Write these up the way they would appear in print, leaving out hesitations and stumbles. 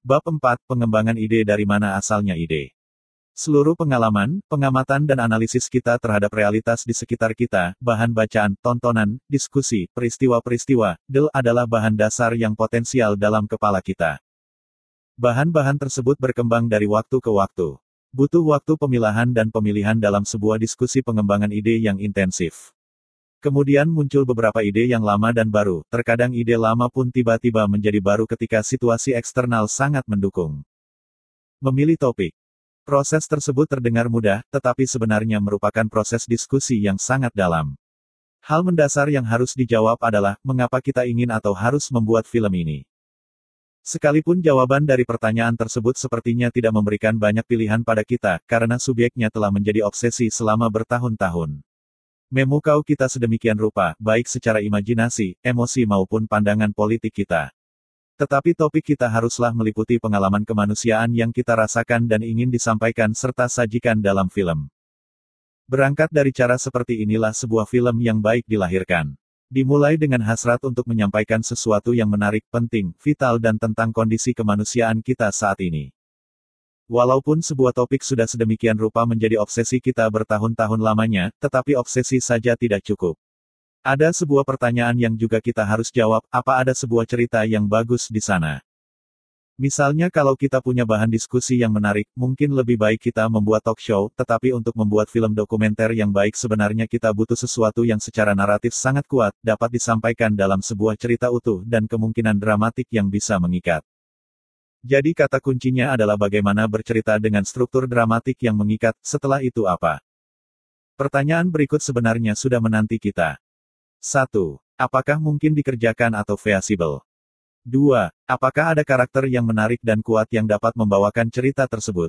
Bab 4, Pengembangan ide. Dari mana asalnya ide? Seluruh pengalaman, pengamatan dan analisis kita terhadap realitas di sekitar kita, bahan bacaan, tontonan, diskusi, peristiwa-peristiwa, adalah bahan dasar yang potensial dalam kepala kita. Bahan-bahan tersebut berkembang dari waktu ke waktu. Butuh waktu pemilahan dan pemilihan dalam sebuah diskusi pengembangan ide yang intensif. Kemudian muncul beberapa ide yang lama dan baru, terkadang ide lama pun tiba-tiba menjadi baru ketika situasi eksternal sangat mendukung. Memilih topik. Proses tersebut terdengar mudah, tetapi sebenarnya merupakan proses diskusi yang sangat dalam. Hal mendasar yang harus dijawab adalah, mengapa kita ingin atau harus membuat film ini? Sekalipun jawaban dari pertanyaan tersebut sepertinya tidak memberikan banyak pilihan pada kita, karena subjeknya telah menjadi obsesi selama bertahun-tahun. Memukau kita sedemikian rupa, baik secara imajinasi, emosi maupun pandangan politik kita. Tetapi topik kita haruslah meliputi pengalaman kemanusiaan yang kita rasakan dan ingin disampaikan serta sajikan dalam film. Berangkat dari cara seperti inilah sebuah film yang baik dilahirkan. Dimulai dengan hasrat untuk menyampaikan sesuatu yang menarik, penting, vital dan tentang kondisi kemanusiaan kita saat ini. Walaupun sebuah topik sudah sedemikian rupa menjadi obsesi kita bertahun-tahun lamanya, tetapi obsesi saja tidak cukup. Ada sebuah pertanyaan yang juga kita harus jawab, apa ada sebuah cerita yang bagus di sana? Misalnya kalau kita punya bahan diskusi yang menarik, mungkin lebih baik kita membuat talk show, tetapi untuk membuat film dokumenter yang baik sebenarnya kita butuh sesuatu yang secara naratif sangat kuat, dapat disampaikan dalam sebuah cerita utuh dan kemungkinan dramatik yang bisa mengikat. Jadi kata kuncinya adalah bagaimana bercerita dengan struktur dramatik yang mengikat, setelah itu apa? Pertanyaan berikut sebenarnya sudah menanti kita. 1. Apakah mungkin dikerjakan atau feasible? 2. Apakah ada karakter yang menarik dan kuat yang dapat membawakan cerita tersebut?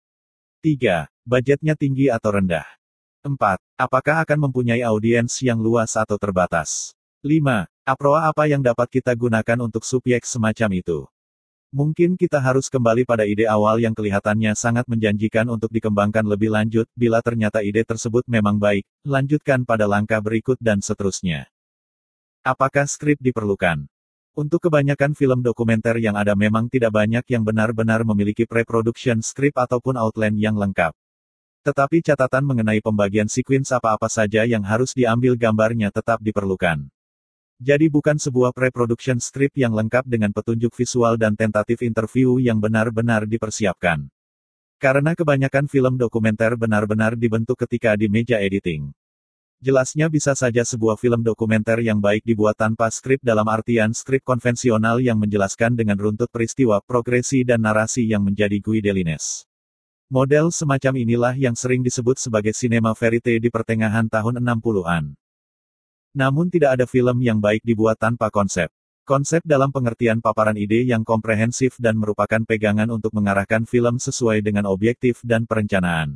3. Budgetnya tinggi atau rendah? 4. Apakah akan mempunyai audiens yang luas atau terbatas? 5. Approach apa yang dapat kita gunakan untuk subjek semacam itu? Mungkin kita harus kembali pada ide awal yang kelihatannya sangat menjanjikan untuk dikembangkan lebih lanjut, bila ternyata ide tersebut memang baik, lanjutkan pada langkah berikut dan seterusnya. Apakah skrip diperlukan? Untuk kebanyakan film dokumenter yang ada memang tidak banyak yang benar-benar memiliki pre-production script ataupun outline yang lengkap. Tetapi catatan mengenai pembagian sequence apa-apa saja yang harus diambil gambarnya tetap diperlukan. Jadi bukan sebuah pre-production script yang lengkap dengan petunjuk visual dan tentatif interview yang benar-benar dipersiapkan. Karena kebanyakan film dokumenter benar-benar dibentuk ketika di meja editing. Jelasnya bisa saja sebuah film dokumenter yang baik dibuat tanpa skrip dalam artian skrip konvensional yang menjelaskan dengan runtut peristiwa, progresi dan narasi yang menjadi guidelines. Model semacam inilah yang sering disebut sebagai cinema verite di pertengahan tahun 60-an. Namun tidak ada film yang baik dibuat tanpa konsep. Konsep dalam pengertian paparan ide yang komprehensif dan merupakan pegangan untuk mengarahkan film sesuai dengan objektif dan perencanaan.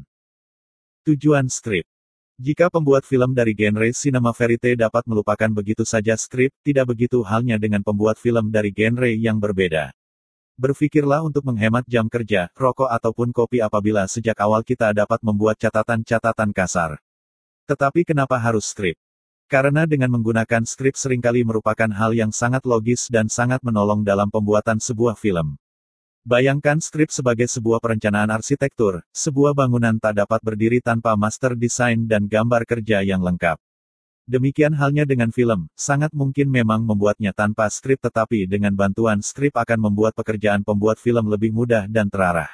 Tujuan skrip. Jika pembuat film dari genre cinema verite dapat melupakan begitu saja skrip, tidak begitu halnya dengan pembuat film dari genre yang berbeda. Berpikirlah untuk menghemat jam kerja, rokok ataupun kopi apabila sejak awal kita dapat membuat catatan-catatan kasar. Tetapi kenapa harus skrip? Karena dengan menggunakan skrip seringkali merupakan hal yang sangat logis dan sangat menolong dalam pembuatan sebuah film. Bayangkan skrip sebagai sebuah perencanaan arsitektur, sebuah bangunan tak dapat berdiri tanpa master design dan gambar kerja yang lengkap. Demikian halnya dengan film, sangat mungkin memang membuatnya tanpa skrip tetapi dengan bantuan skrip akan membuat pekerjaan pembuat film lebih mudah dan terarah.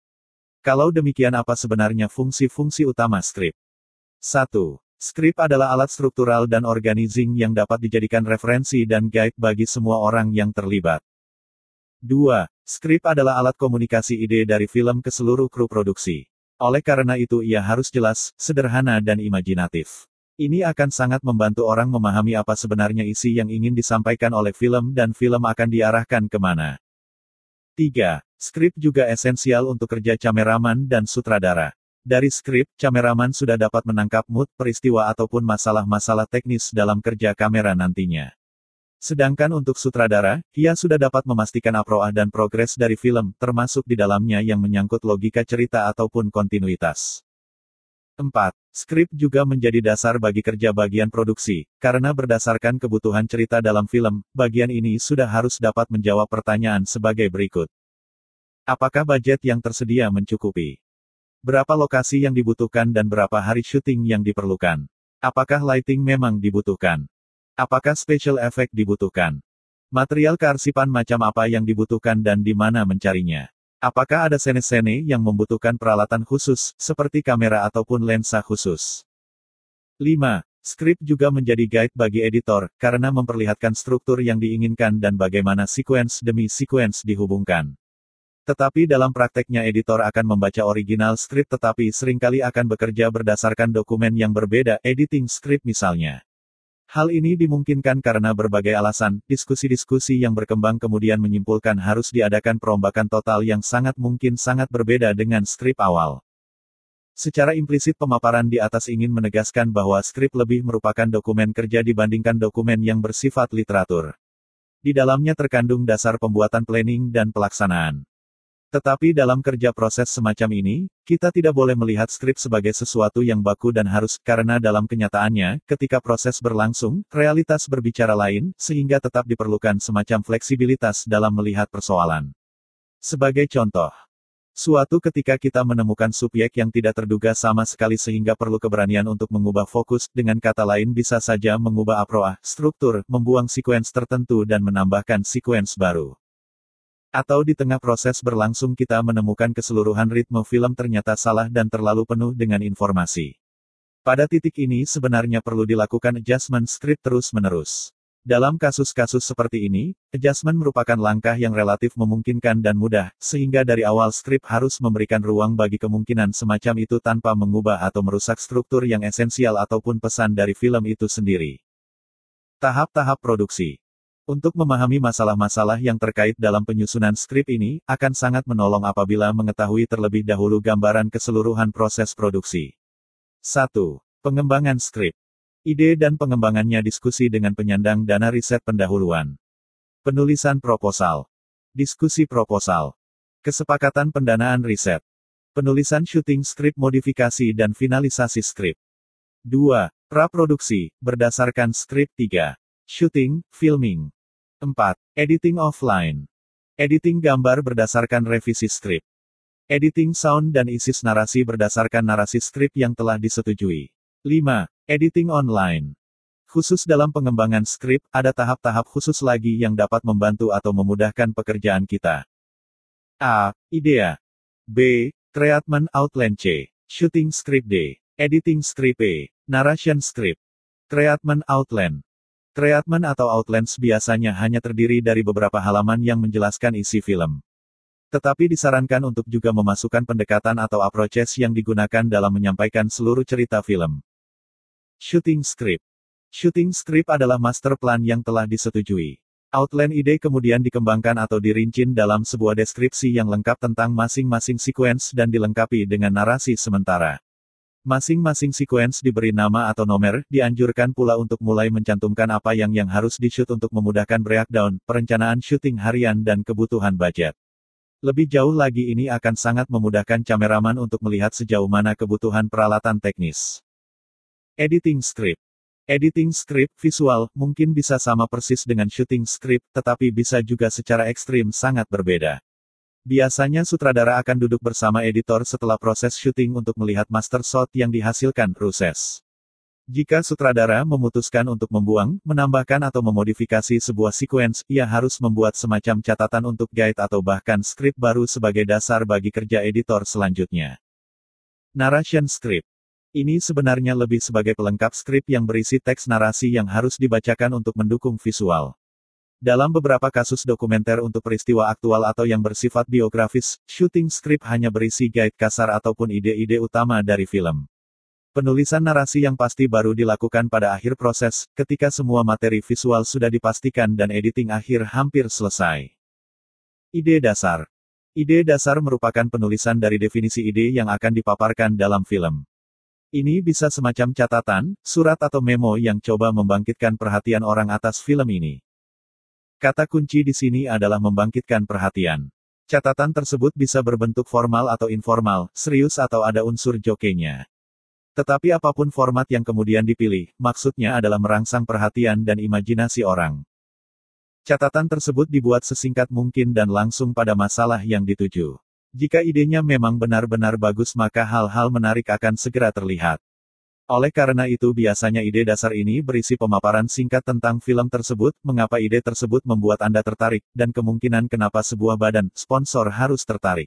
Kalau demikian apa sebenarnya fungsi-fungsi utama skrip? 1. Skrip adalah alat struktural dan organizing yang dapat dijadikan referensi dan guide bagi semua orang yang terlibat. 2. Skrip adalah alat komunikasi ide dari film ke seluruh kru produksi. Oleh karena itu ia harus jelas, sederhana dan imajinatif. Ini akan sangat membantu orang memahami apa sebenarnya isi yang ingin disampaikan oleh film dan film akan diarahkan kemana. 3. Skrip juga esensial untuk kerja kameraman dan sutradara. Dari skrip, kameraman sudah dapat menangkap mood, peristiwa ataupun masalah-masalah teknis dalam kerja kamera nantinya. Sedangkan untuk sutradara, ia sudah dapat memastikan approach dan progres dari film, termasuk di dalamnya yang menyangkut logika cerita ataupun kontinuitas. 4. Skrip juga menjadi dasar bagi kerja bagian produksi, karena berdasarkan kebutuhan cerita dalam film, bagian ini sudah harus dapat menjawab pertanyaan sebagai berikut. Apakah budget yang tersedia mencukupi? Berapa lokasi yang dibutuhkan dan berapa hari syuting yang diperlukan? Apakah lighting memang dibutuhkan? Apakah special effect dibutuhkan? Material kearsipan macam apa yang dibutuhkan dan di mana mencarinya? Apakah ada scene-scene yang membutuhkan peralatan khusus, seperti kamera ataupun lensa khusus? 5. Skrip juga menjadi guide bagi editor, karena memperlihatkan struktur yang diinginkan dan bagaimana sequence demi sequence dihubungkan. Tetapi dalam prakteknya editor akan membaca original skrip tetapi seringkali akan bekerja berdasarkan dokumen yang berbeda, editing script misalnya. Hal ini dimungkinkan karena berbagai alasan, diskusi-diskusi yang berkembang kemudian menyimpulkan harus diadakan perombakan total yang sangat mungkin sangat berbeda dengan skrip awal. Secara implisit pemaparan di atas ingin menegaskan bahwa skrip lebih merupakan dokumen kerja dibandingkan dokumen yang bersifat literatur. Di dalamnya terkandung dasar pembuatan planning dan pelaksanaan. Tetapi dalam kerja proses semacam ini, kita tidak boleh melihat skrip sebagai sesuatu yang baku dan harus, karena dalam kenyataannya, ketika proses berlangsung, realitas berbicara lain, sehingga tetap diperlukan semacam fleksibilitas dalam melihat persoalan. Sebagai contoh, suatu ketika kita menemukan subjek yang tidak terduga sama sekali sehingga perlu keberanian untuk mengubah fokus, dengan kata lain bisa saja mengubah approach, struktur, membuang sequence tertentu dan menambahkan sequence baru. Atau di tengah proses berlangsung kita menemukan keseluruhan ritme film ternyata salah dan terlalu penuh dengan informasi. Pada titik ini sebenarnya perlu dilakukan adjustment script terus-menerus. Dalam kasus-kasus seperti ini, adjustment merupakan langkah yang relatif memungkinkan dan mudah, sehingga dari awal skrip harus memberikan ruang bagi kemungkinan semacam itu tanpa mengubah atau merusak struktur yang esensial ataupun pesan dari film itu sendiri. Tahap-tahap produksi. Untuk memahami masalah-masalah yang terkait dalam penyusunan skrip ini, akan sangat menolong apabila mengetahui terlebih dahulu gambaran keseluruhan proses produksi. 1. Pengembangan skrip. Ide dan pengembangannya diskusi dengan penyandang dana riset pendahuluan. Penulisan proposal. Diskusi proposal. Kesepakatan pendanaan riset. Penulisan syuting skrip modifikasi dan finalisasi skrip. 2. Praproduksi, berdasarkan skrip. 3. Syuting, filming. 4. Editing offline. Editing gambar berdasarkan revisi skrip. Editing sound dan isi narasi berdasarkan narasi skrip yang telah disetujui. 5. Editing online. Khusus dalam pengembangan skrip, ada tahap-tahap khusus lagi yang dapat membantu atau memudahkan pekerjaan kita. A. Idea. B. Treatment outline. C. Shooting script. D. Editing script. E. Narration script. Treatment outline. Treatment atau outlines biasanya hanya terdiri dari beberapa halaman yang menjelaskan isi film. Tetapi disarankan untuk juga memasukkan pendekatan atau approaches yang digunakan dalam menyampaikan seluruh cerita film. Shooting script. Shooting script adalah master plan yang telah disetujui. Outline ide kemudian dikembangkan atau dirincin dalam sebuah deskripsi yang lengkap tentang masing-masing sequence dan dilengkapi dengan narasi sementara. Masing-masing sequence diberi nama atau nomor, dianjurkan pula untuk mulai mencantumkan apa yang harus di-shoot untuk memudahkan breakdown, perencanaan syuting harian dan kebutuhan budget. Lebih jauh lagi ini akan sangat memudahkan kameraman untuk melihat sejauh mana kebutuhan peralatan teknis. Editing script. Editing script visual mungkin bisa sama persis dengan shooting script, tetapi bisa juga secara ekstrim sangat berbeda. Biasanya sutradara akan duduk bersama editor setelah proses syuting untuk melihat master shot yang dihasilkan, proses. Jika sutradara memutuskan untuk membuang, menambahkan atau memodifikasi sebuah sequence, ia harus membuat semacam catatan untuk guide atau bahkan skrip baru sebagai dasar bagi kerja editor selanjutnya. Narration script. Ini sebenarnya lebih sebagai pelengkap skrip yang berisi teks narasi yang harus dibacakan untuk mendukung visual. Dalam beberapa kasus dokumenter untuk peristiwa aktual atau yang bersifat biografis, shooting script hanya berisi guide kasar ataupun ide-ide utama dari film. Penulisan narasi yang pasti baru dilakukan pada akhir proses, ketika semua materi visual sudah dipastikan dan editing akhir hampir selesai. Ide dasar. Ide dasar merupakan penulisan dari definisi ide yang akan dipaparkan dalam film. Ini bisa semacam catatan, surat atau memo yang coba membangkitkan perhatian orang atas film ini. Kata kunci di sini adalah membangkitkan perhatian. Catatan tersebut bisa berbentuk formal atau informal, serius atau ada unsur jokenya. Tetapi apapun format yang kemudian dipilih, maksudnya adalah merangsang perhatian dan imajinasi orang. Catatan tersebut dibuat sesingkat mungkin dan langsung pada masalah yang dituju. Jika idenya memang benar-benar bagus maka hal-hal menarik akan segera terlihat. Oleh karena itu biasanya ide dasar ini berisi pemaparan singkat tentang film tersebut, mengapa ide tersebut membuat Anda tertarik, dan kemungkinan kenapa sebuah badan sponsor harus tertarik.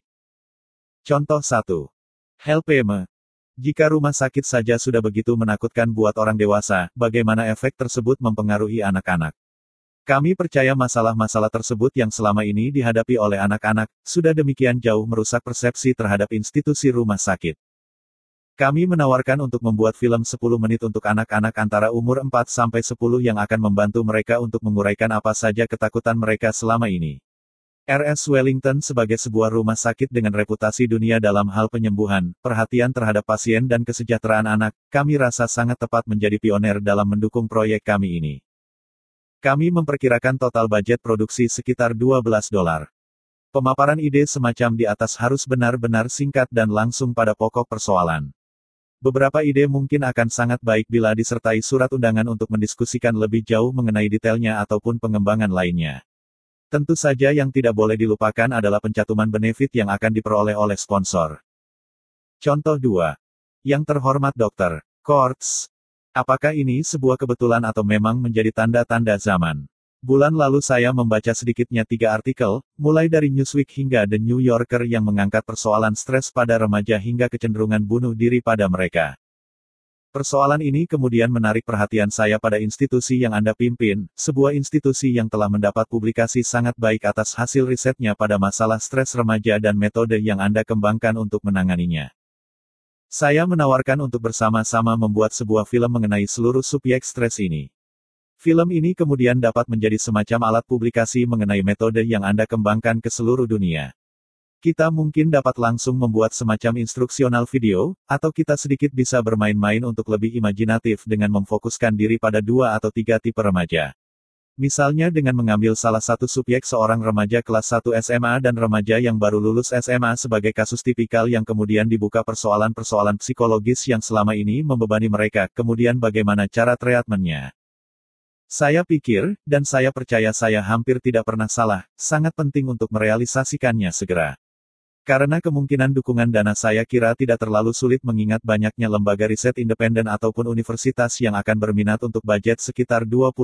Contoh 1. Helpeme. Jika rumah sakit saja sudah begitu menakutkan buat orang dewasa, bagaimana efek tersebut mempengaruhi anak-anak? Kami percaya masalah-masalah tersebut yang selama ini dihadapi oleh anak-anak, sudah demikian jauh merusak persepsi terhadap institusi rumah sakit. Kami menawarkan untuk membuat film 10 menit untuk anak-anak antara umur 4-10 yang akan membantu mereka untuk menguraikan apa saja ketakutan mereka selama ini. RS Wellington sebagai sebuah rumah sakit dengan reputasi dunia dalam hal penyembuhan, perhatian terhadap pasien dan kesejahteraan anak, kami rasa sangat tepat menjadi pioner dalam mendukung proyek kami ini. Kami memperkirakan total budget produksi sekitar $12. Pemaparan ide semacam di atas harus benar-benar singkat dan langsung pada pokok persoalan. Beberapa ide mungkin akan sangat baik bila disertai surat undangan untuk mendiskusikan lebih jauh mengenai detailnya ataupun pengembangan lainnya. Tentu saja yang tidak boleh dilupakan adalah pencatuman benefit yang akan diperoleh oleh sponsor. Contoh 2. Yang terhormat Dr. Kortz. Apakah ini sebuah kebetulan atau memang menjadi tanda-tanda zaman? Bulan lalu saya membaca sedikitnya 3 artikel, mulai dari Newsweek hingga The New Yorker yang mengangkat persoalan stres pada remaja hingga kecenderungan bunuh diri pada mereka. Persoalan ini kemudian menarik perhatian saya pada institusi yang Anda pimpin, sebuah institusi yang telah mendapat publikasi sangat baik atas hasil risetnya pada masalah stres remaja dan metode yang Anda kembangkan untuk menanganinya. Saya menawarkan untuk bersama-sama membuat sebuah film mengenai seluruh subjek stres ini. Film ini kemudian dapat menjadi semacam alat publikasi mengenai metode yang Anda kembangkan ke seluruh dunia. Kita mungkin dapat langsung membuat semacam instruksional video, atau kita sedikit bisa bermain-main untuk lebih imajinatif dengan memfokuskan diri pada 2 atau 3 tipe remaja. Misalnya dengan mengambil salah satu subjek seorang remaja kelas 1 SMA dan remaja yang baru lulus SMA sebagai kasus tipikal yang kemudian dibuka persoalan-persoalan psikologis yang selama ini membebani mereka, kemudian bagaimana cara treatmentnya. Saya pikir, dan saya percaya saya hampir tidak pernah salah, sangat penting untuk merealisasikannya segera. Karena kemungkinan dukungan dana saya kira tidak terlalu sulit mengingat banyaknya lembaga riset independen ataupun universitas yang akan berminat untuk budget sekitar $20.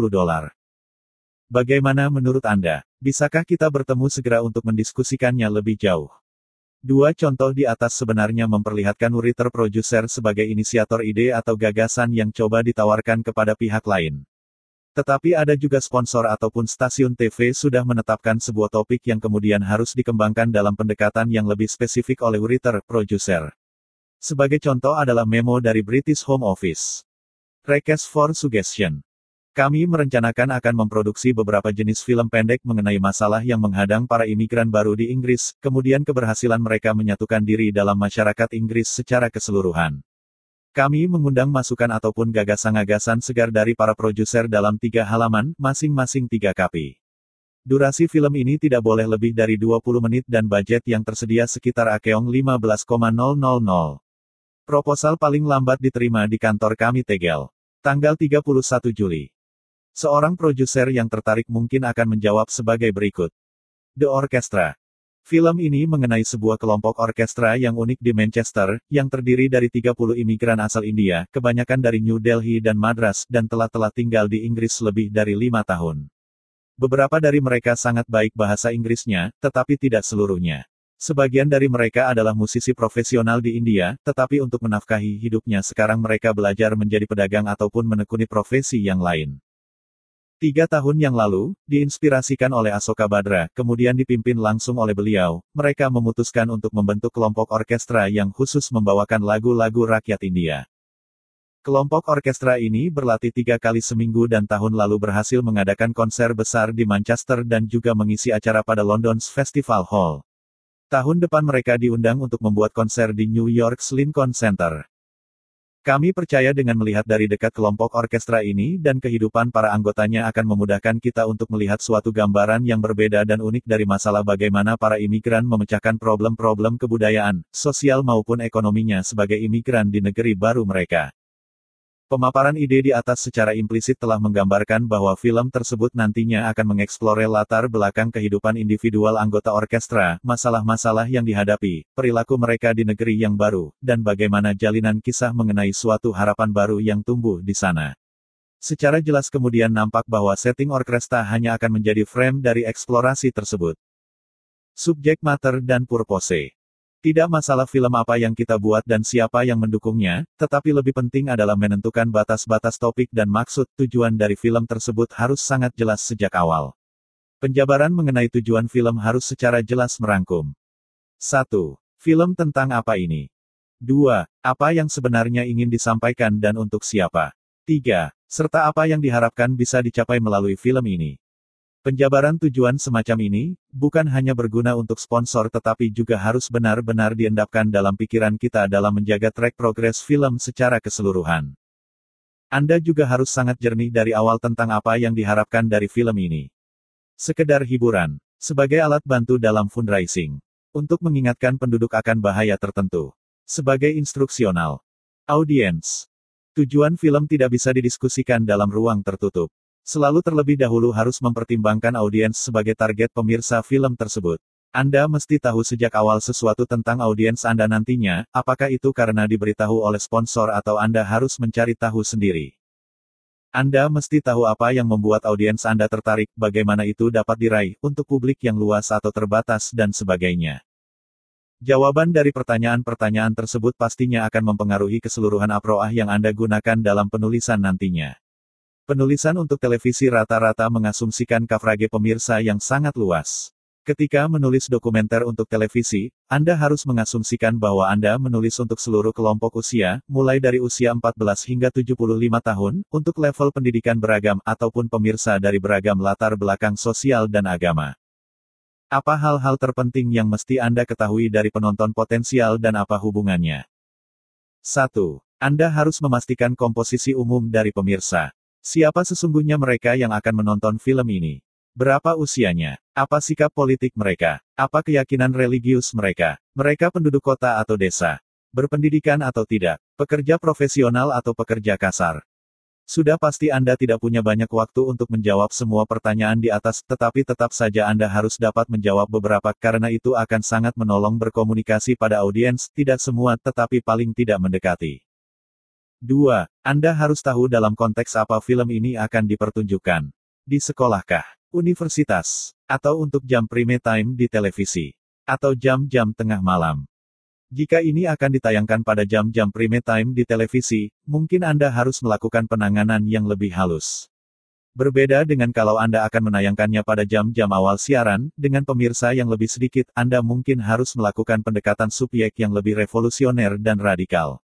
Bagaimana menurut Anda? Bisakah kita bertemu segera untuk mendiskusikannya lebih jauh? 2 contoh di atas sebenarnya memperlihatkan writer producer sebagai inisiator ide atau gagasan yang coba ditawarkan kepada pihak lain. Tetapi ada juga sponsor ataupun stasiun TV sudah menetapkan sebuah topik yang kemudian harus dikembangkan dalam pendekatan yang lebih spesifik oleh writer, producer. Sebagai contoh adalah memo dari British Home Office. Request for Suggestion. Kami merencanakan akan memproduksi beberapa jenis film pendek mengenai masalah yang menghadang para imigran baru di Inggris, kemudian keberhasilan mereka menyatukan diri dalam masyarakat Inggris secara keseluruhan. Kami mengundang masukan ataupun gagasan-gagasan segar dari para produser dalam 3 halaman, masing-masing 3 kapi. Durasi film ini tidak boleh lebih dari 20 menit dan budget yang tersedia sekitar akeong 15,000. Proposal paling lambat diterima di kantor kami Tegel. Tanggal 31 Juli. Seorang produser yang tertarik mungkin akan menjawab sebagai berikut. The Orchestra. Film ini mengenai sebuah kelompok orkestra yang unik di Manchester, yang terdiri dari 30 imigran asal India, kebanyakan dari New Delhi dan Madras, dan telah tinggal di Inggris lebih dari 5 tahun. Beberapa dari mereka sangat baik bahasa Inggrisnya, tetapi tidak seluruhnya. Sebagian dari mereka adalah musisi profesional di India, tetapi untuk menafkahi hidupnya sekarang mereka belajar menjadi pedagang ataupun menekuni profesi yang lain. 3 tahun yang lalu, diinspirasikan oleh Asoka Badra, kemudian dipimpin langsung oleh beliau, mereka memutuskan untuk membentuk kelompok orkestra yang khusus membawakan lagu-lagu rakyat India. Kelompok orkestra ini berlatih 3 kali seminggu dan tahun lalu berhasil mengadakan konser besar di Manchester dan juga mengisi acara pada London's Festival Hall. Tahun depan mereka diundang untuk membuat konser di New York's Lincoln Center. Kami percaya dengan melihat dari dekat kelompok orkestra ini dan kehidupan para anggotanya akan memudahkan kita untuk melihat suatu gambaran yang berbeda dan unik dari masalah bagaimana para imigran memecahkan problem-problem kebudayaan, sosial maupun ekonominya sebagai imigran di negeri baru mereka. Pemaparan ide di atas secara implisit telah menggambarkan bahwa film tersebut nantinya akan mengeksplore latar belakang kehidupan individual anggota orkestra, masalah-masalah yang dihadapi, perilaku mereka di negeri yang baru, dan bagaimana jalinan kisah mengenai suatu harapan baru yang tumbuh di sana. Secara jelas kemudian nampak bahwa setting orkestra hanya akan menjadi frame dari eksplorasi tersebut. Subjek matter dan purpose. Tidak masalah film apa yang kita buat dan siapa yang mendukungnya, tetapi lebih penting adalah menentukan batas-batas topik dan maksud tujuan dari film tersebut harus sangat jelas sejak awal. Penjabaran mengenai tujuan film harus secara jelas merangkum. 1. Film tentang apa ini? 2. Apa yang sebenarnya ingin disampaikan dan untuk siapa? 3. Serta apa yang diharapkan bisa dicapai melalui film ini. Penjabaran tujuan semacam ini, bukan hanya berguna untuk sponsor tetapi juga harus benar-benar diendapkan dalam pikiran kita dalam menjaga track progres film secara keseluruhan. Anda juga harus sangat jernih dari awal tentang apa yang diharapkan dari film ini. Sekedar hiburan, sebagai alat bantu dalam fundraising. Untuk mengingatkan penduduk akan bahaya tertentu. Sebagai instruksional. Audiens. Tujuan film tidak bisa didiskusikan dalam ruang tertutup. Selalu terlebih dahulu harus mempertimbangkan audiens sebagai target pemirsa film tersebut. Anda mesti tahu sejak awal sesuatu tentang audiens Anda nantinya, apakah itu karena diberitahu oleh sponsor atau Anda harus mencari tahu sendiri. Anda mesti tahu apa yang membuat audiens Anda tertarik, bagaimana itu dapat diraih, untuk publik yang luas atau terbatas dan sebagainya. Jawaban dari pertanyaan-pertanyaan tersebut pastinya akan mempengaruhi keseluruhan approach yang Anda gunakan dalam penulisan nantinya. Penulisan untuk televisi rata-rata mengasumsikan coverage pemirsa yang sangat luas. Ketika menulis dokumenter untuk televisi, Anda harus mengasumsikan bahwa Anda menulis untuk seluruh kelompok usia, mulai dari usia 14 hingga 75 tahun, untuk level pendidikan beragam, ataupun pemirsa dari beragam latar belakang sosial dan agama. Apa hal-hal terpenting yang mesti Anda ketahui dari penonton potensial dan apa hubungannya? 1. Anda harus memastikan komposisi umum dari pemirsa. Siapa sesungguhnya mereka yang akan menonton film ini? Berapa usianya? Apa sikap politik mereka? Apa keyakinan religius mereka? Mereka penduduk kota atau desa? Berpendidikan atau tidak? Pekerja profesional atau pekerja kasar? Sudah pasti Anda tidak punya banyak waktu untuk menjawab semua pertanyaan di atas, tetapi tetap saja Anda harus dapat menjawab beberapa, karena itu akan sangat menolong berkomunikasi pada audiens, tidak semua tetapi paling tidak mendekati. 2. Anda harus tahu dalam konteks apa film ini akan dipertunjukkan. Di sekolahkah? Universitas? Atau untuk jam prime time di televisi? Atau jam-jam tengah malam? Jika ini akan ditayangkan pada jam-jam prime time di televisi, mungkin Anda harus melakukan penanganan yang lebih halus. Berbeda dengan kalau Anda akan menayangkannya pada jam-jam awal siaran, dengan pemirsa yang lebih sedikit, Anda mungkin harus melakukan pendekatan subjek yang lebih revolusioner dan radikal.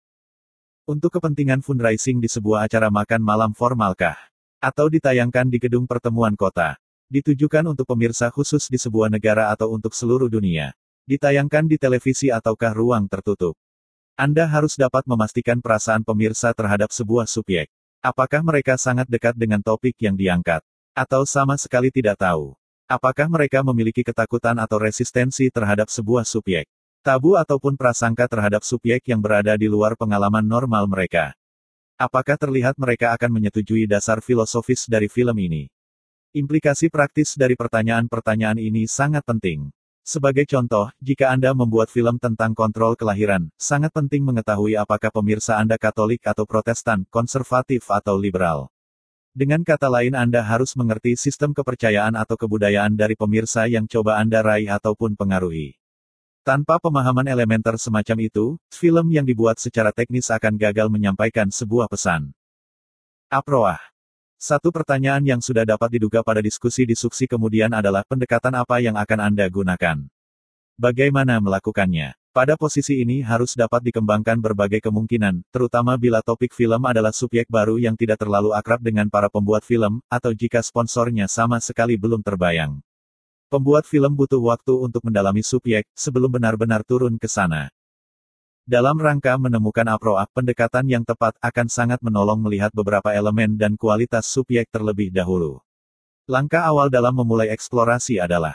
Untuk kepentingan fundraising di sebuah acara makan malam formalkah? Atau ditayangkan di gedung pertemuan kota? Ditujukan untuk pemirsa khusus di sebuah negara atau untuk seluruh dunia? Ditayangkan di televisi ataukah ruang tertutup? Anda harus dapat memastikan perasaan pemirsa terhadap sebuah subjek. Apakah mereka sangat dekat dengan topik yang diangkat? Atau sama sekali tidak tahu? Apakah mereka memiliki ketakutan atau resistensi terhadap sebuah subjek? Tabu ataupun prasangka terhadap subjek yang berada di luar pengalaman normal mereka. Apakah terlihat mereka akan menyetujui dasar filosofis dari film ini? Implikasi praktis dari pertanyaan-pertanyaan ini sangat penting. Sebagai contoh, jika Anda membuat film tentang kontrol kelahiran, sangat penting mengetahui apakah pemirsa Anda Katolik atau Protestan, konservatif atau liberal. Dengan kata lain Anda harus mengerti sistem kepercayaan atau kebudayaan dari pemirsa yang coba Anda raih ataupun pengaruhi. Tanpa pemahaman elementer semacam itu, film yang dibuat secara teknis akan gagal menyampaikan sebuah pesan. Approach. Satu pertanyaan yang sudah dapat diduga pada diskusi kemudian adalah pendekatan apa yang akan Anda gunakan. Bagaimana melakukannya? Pada posisi ini harus dapat dikembangkan berbagai kemungkinan, terutama bila topik film adalah subjek baru yang tidak terlalu akrab dengan para pembuat film, atau jika sponsornya sama sekali belum terbayang. Pembuat film butuh waktu untuk mendalami subjek, sebelum benar-benar turun ke sana. Dalam rangka menemukan approach, pendekatan yang tepat akan sangat menolong melihat beberapa elemen dan kualitas subjek terlebih dahulu. Langkah awal dalam memulai eksplorasi adalah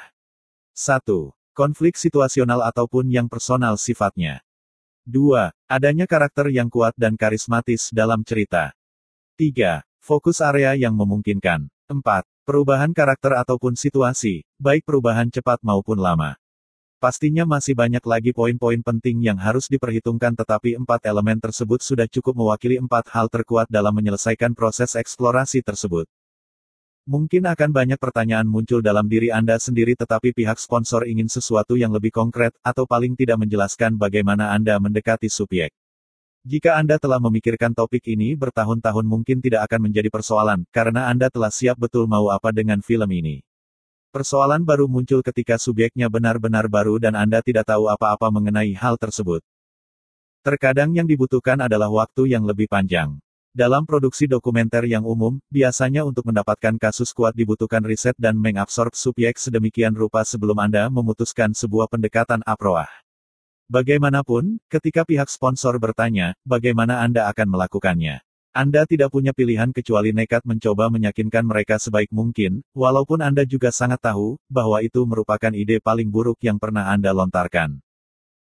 1. Konflik situasional ataupun yang personal sifatnya. 2. Adanya karakter yang kuat dan karismatis dalam cerita. 3. Fokus area yang memungkinkan. 4. Perubahan karakter ataupun situasi, baik perubahan cepat maupun lama. Pastinya masih banyak lagi poin-poin penting yang harus diperhitungkan, tetapi 4 elemen tersebut sudah cukup mewakili 4 hal terkuat dalam menyelesaikan proses eksplorasi tersebut. Mungkin akan banyak pertanyaan muncul dalam diri Anda sendiri, tetapi pihak sponsor ingin sesuatu yang lebih konkret, atau paling tidak menjelaskan bagaimana Anda mendekati subjek. Jika Anda telah memikirkan topik ini bertahun-tahun, mungkin tidak akan menjadi persoalan, karena Anda telah siap betul mau apa dengan film ini. Persoalan baru muncul ketika subjeknya benar-benar baru dan Anda tidak tahu apa-apa mengenai hal tersebut. Terkadang yang dibutuhkan adalah waktu yang lebih panjang. Dalam produksi dokumenter yang umum, biasanya untuk mendapatkan kasus kuat dibutuhkan riset dan mengabsorb subjek sedemikian rupa sebelum Anda memutuskan sebuah pendekatan approach. Bagaimanapun, ketika pihak sponsor bertanya, bagaimana Anda akan melakukannya? Anda tidak punya pilihan kecuali nekat mencoba meyakinkan mereka sebaik mungkin, walaupun Anda juga sangat tahu bahwa itu merupakan ide paling buruk yang pernah Anda lontarkan.